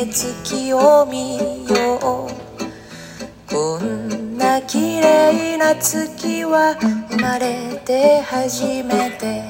て月を見よう。こんな綺麗な月は生まれて初めて。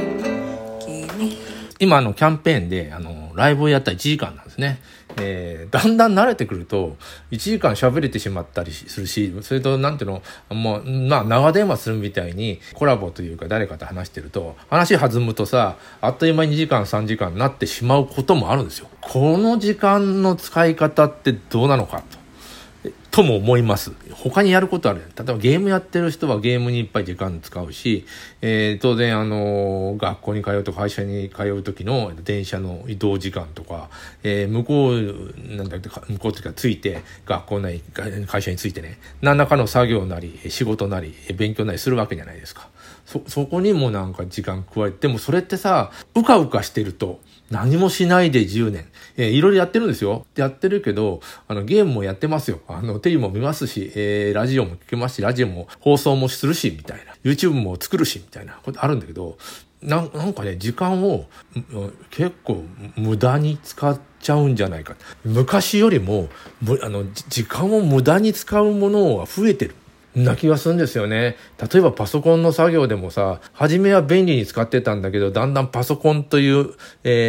今キャンペーンでライブをやったら1時間なんですね。だんだん慣れてくると1時間喋れてしまったりするし、それとなんていうの、もう長電話するみたいにコラボというか誰かと話してると話弾むとさ、あっという間に2時間3時間になってしまうこともあるんですよ。この時間の使い方ってどうなのかとも思います。他にやることある。例えばゲームやってる人はゲームにいっぱい時間使うし、当然学校に通うと会社に通う時の電車の移動時間とか、向こうというかついて学校なり会社についてね、何らかの作業なり仕事なり勉強なりするわけじゃないですか。そこにもなんか時間加えて、でもそれってさ、うかうかしてると何もしないで10年、いろいろやってるんですよ。やってるけど、ゲームもやってますよ。テレビも見ますし、ラジオも聞けますし、ラジオも放送もするし、みたいな。YouTube も作るし、みたいなことあるんだけど、なんかね、時間を結構無駄に使っちゃうんじゃないか。昔よりも、時間を無駄に使うものが増えてる。な気がするんですよね。例えばパソコンの作業でもさ、初めは便利に使ってたんだけど、だんだんパソコンという、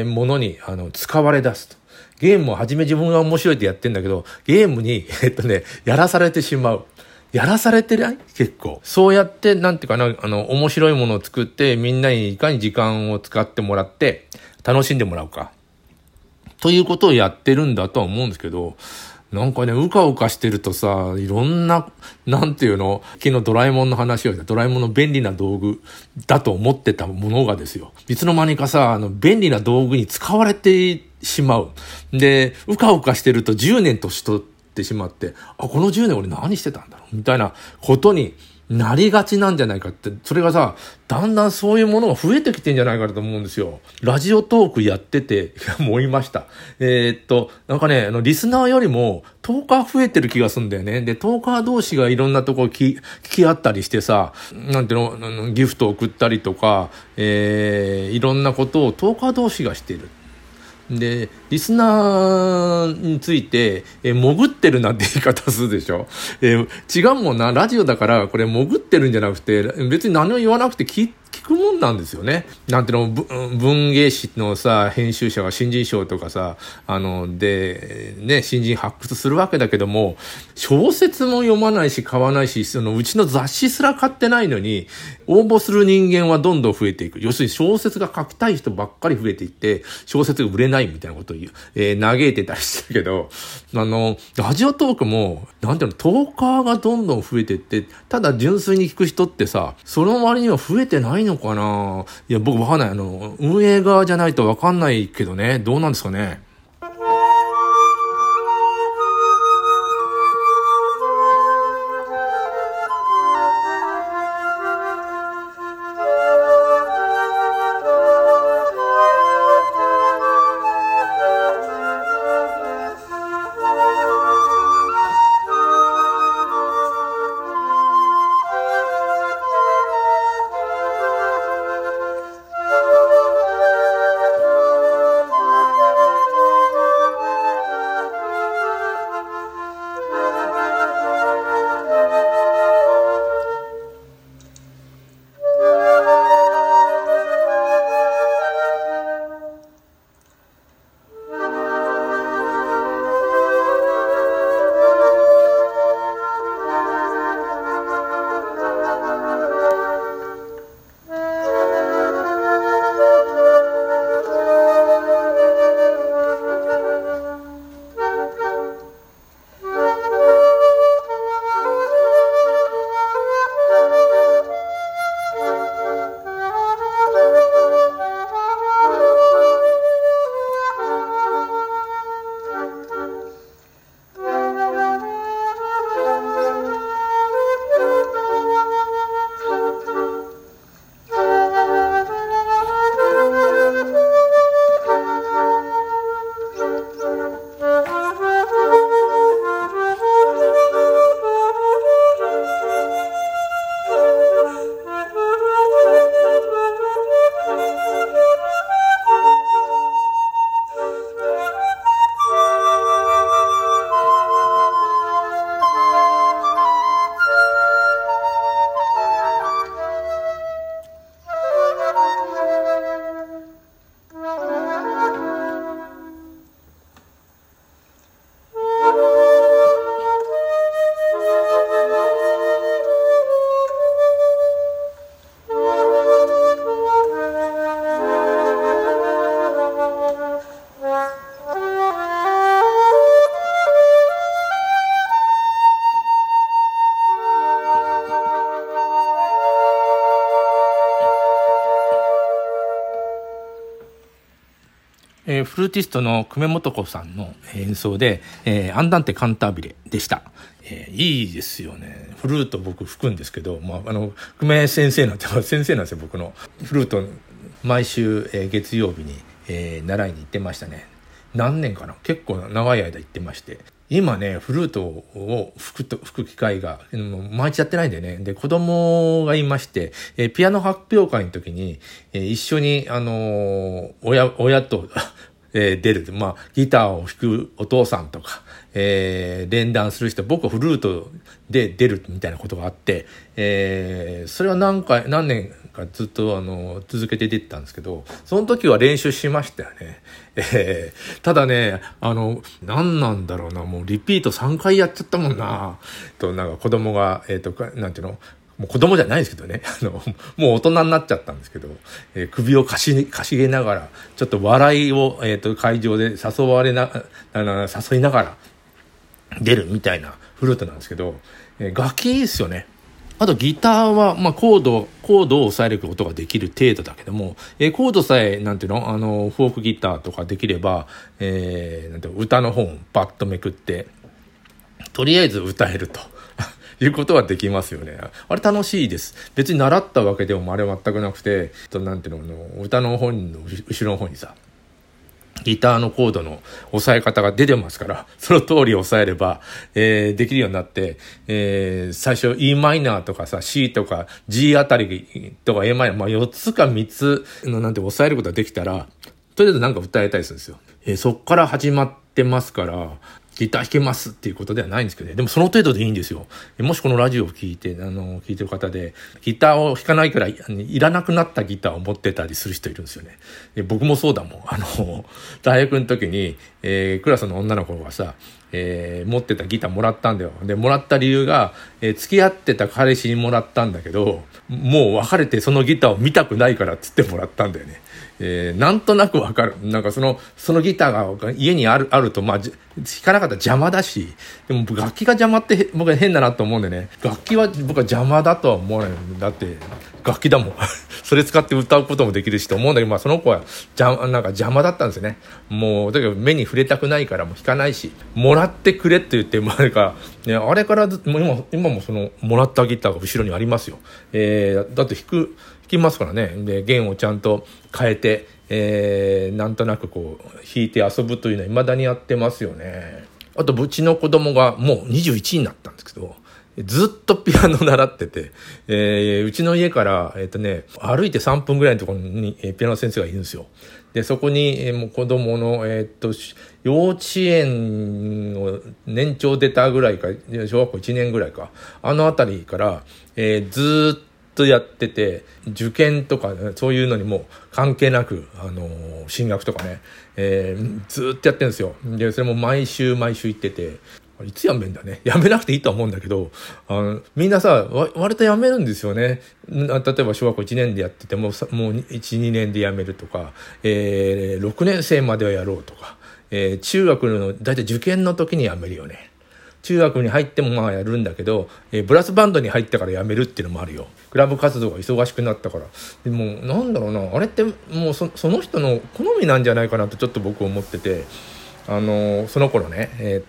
ものに使われ出すと。ゲームを初め自分が面白いってやってんだけど、ゲームにやらされてしまう。やらされてない？結構。そうやって、なんていうかな、面白いものを作って、みんなにいかに時間を使ってもらって、楽しんでもらうか。ということをやってるんだとは思うんですけど、なんかね、うかうかしてるとさ、いろんな、なんていうの、昨日ドラえもんの話をした、ドラえもんの便利な道具だと思ってたものがですよ。いつの間にかさ、便利な道具に使われてしまう。で、うかうかしてると10年年取ってしまって、この10年俺何してたんだろうみたいなことになりがちなんじゃないかって、それがさ、だんだんそういうものが増えてきてんじゃないかと思うんですよ。ラジオトークやってて、思いました。なんかね、リスナーよりも、トーカー増えてる気がするんだよね。で、トーカー同士がいろんなとこ聞き合ったりしてさ、なんていうの、ギフトを送ったりとか、いろんなことをトーカー同士がしている。で、リスナーについて、潜ってるなんて言い方するでしょ。違うもんな。ラジオだから、これ潜ってるんじゃなくて、別に何も言わなくて聞くもんなんですよね。なんていうの、文芸誌のさ、編集者が新人賞とかさ、で、ね、新人発掘するわけだけども、小説も読まないし買わないし、うちの雑誌すら買ってないのに、応募する人間はどんどん増えていく。要するに小説が書きたい人ばっかり増えていって、小説が売れないみたいなことを嘆いてたりしたけど、ラジオトークも、なんていうの、トーカーがどんどん増えていって、ただ純粋に聞く人ってさ、その割には増えてないのかな。いや、僕わかんない。運営側じゃないとわかんないけどね、どうなんですかね。 フルーティストの久米素子さんの演奏で、アンダンテカンタービレでした。いいですよね。フルート僕吹くんですけど、久米先生なんですよ、僕の。フルート毎週、月曜日に、習いに行ってましたね。何年かな、結構長い間行ってまして。今ね、フルートを吹く機会が、毎日やってないんだよね。で、子供がいまして、ピアノ発表会の時に、一緒に、親と、出る。ギターを弾くお父さんとか、連弾する人、僕はフルートで出るみたいなことがあって、それは何年かずっと続けて出てたんですけど、その時は練習しましたよね。ただね、何なんだろうな、もうリピート3回やっちゃったもんな。なんか子供が、なんていうの、もう子供じゃないですけどね。もう大人になっちゃったんですけど、首をかしげながら、ちょっと笑いを、会場で誘いながら出るみたいなフルートなんですけど、楽器いいですよね。あとギターは、コードを押さえることができる程度だけども、コードさえ、なんていうの、フォークギターとかできれば、なんていうの、歌の本パッとめくって、とりあえず歌えると。いうことはできますよね。あれ楽しいです。別に習ったわけでもあれ全くなくて、なんていうの、歌の本の後ろの方にさ、ギターのコードの押さえ方が出てますから、その通り押さえれば、できるようになって、最初 E マイナーとかさ、C とか G あたりとか A マイナー、4つか3つのなんて押さえることができたら、とりあえずなんか歌えたりするんですよ。そっから始まってますから、ギター弾けますっていうことではないんですけどね。でもその程度でいいんですよ。もしこのラジオを聞いてる方で、ギターを弾かないくらい、いらなくなったギターを持ってたりする人いるんですよね。僕もそうだもん。大学の時に、クラスの女の子がさ、持ってたギターもらったんだよ。で、もらった理由が、付き合ってた彼氏にもらったんだけど、もう別れてそのギターを見たくないからって言ってもらったんだよね。なんとなくわかる。なんかそのギターが家にあると、弾かなかったら邪魔だし、でも楽器が邪魔って僕は変だなと思うんでね。楽器は僕は邪魔だとは思わない。だって楽器だもん。それ使って歌うこともできるしと思うんだけど、その子はなんか邪魔だったんですよね。もうだけど目に触れたくないからもう弾かないし、もらってくれって言ってもあれから、ね、あれから今もそのもらったギターが後ろにありますよ。だって弾きますからね。で、弦をちゃんと変えて、なんとなくこう弾いて遊ぶというのは未だにやってますよね。あとうちの子供がもう21になったんですけど、ずっとピアノ習ってて、うちの家から、歩いて3分ぐらいのところに、ピアノ先生がいるんですよ。で、そこに、もう子供の、幼稚園を年長出たぐらいか、小学校1年ぐらいか、あのあたりから、ずっとやってて、受験とか、ね、そういうのにも関係なく、進学とかね、ずっとやってるんですよ。で、それも毎週行ってて、いつやめんだね。やめなくていいとは思うんだけど、みんなさ、割とやめるんですよね。例えば小学校1年でやっててもう1、2年でやめるとか、6年生まではやろうとか、中学のだいたい受験の時にやめるよね。中学に入ってもやるんだけど、ブラスバンドに入ってからやめるっていうのもあるよ。クラブ活動が忙しくなったから。でもなんだろうな、あれってもうその人の好みなんじゃないかなとちょっと僕思ってて、その頃ね、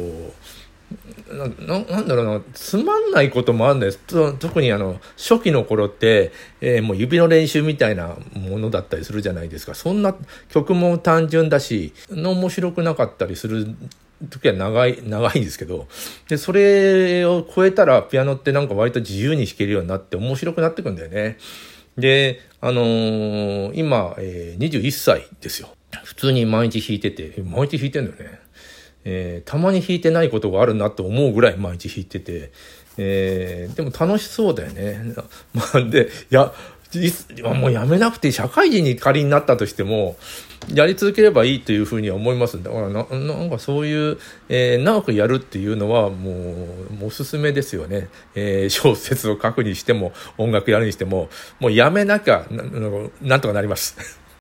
なんだろうな、つまんないこともあるんです。特に初期の頃って、もう指の練習みたいなものだったりするじゃないですか。そんな曲も単純だし、面白くなかったりする時は長いんですけど、で、それを超えたらピアノってなんか割と自由に弾けるようになって面白くなってくんだよね。で、今、21歳ですよ。普通に毎日弾いてて、毎日弾いてんだよね。たまに弾いてないことがあるなと思うぐらい毎日弾いてて、でも楽しそうだよね。もうやめなくて社会人に仮になったとしてもやり続ければいいというふうには思います。だからなんかそういう、長くやるっていうのはもうおすすめですよね。小説を書くにしても音楽やるにしてももうやめなきゃなんとかなります。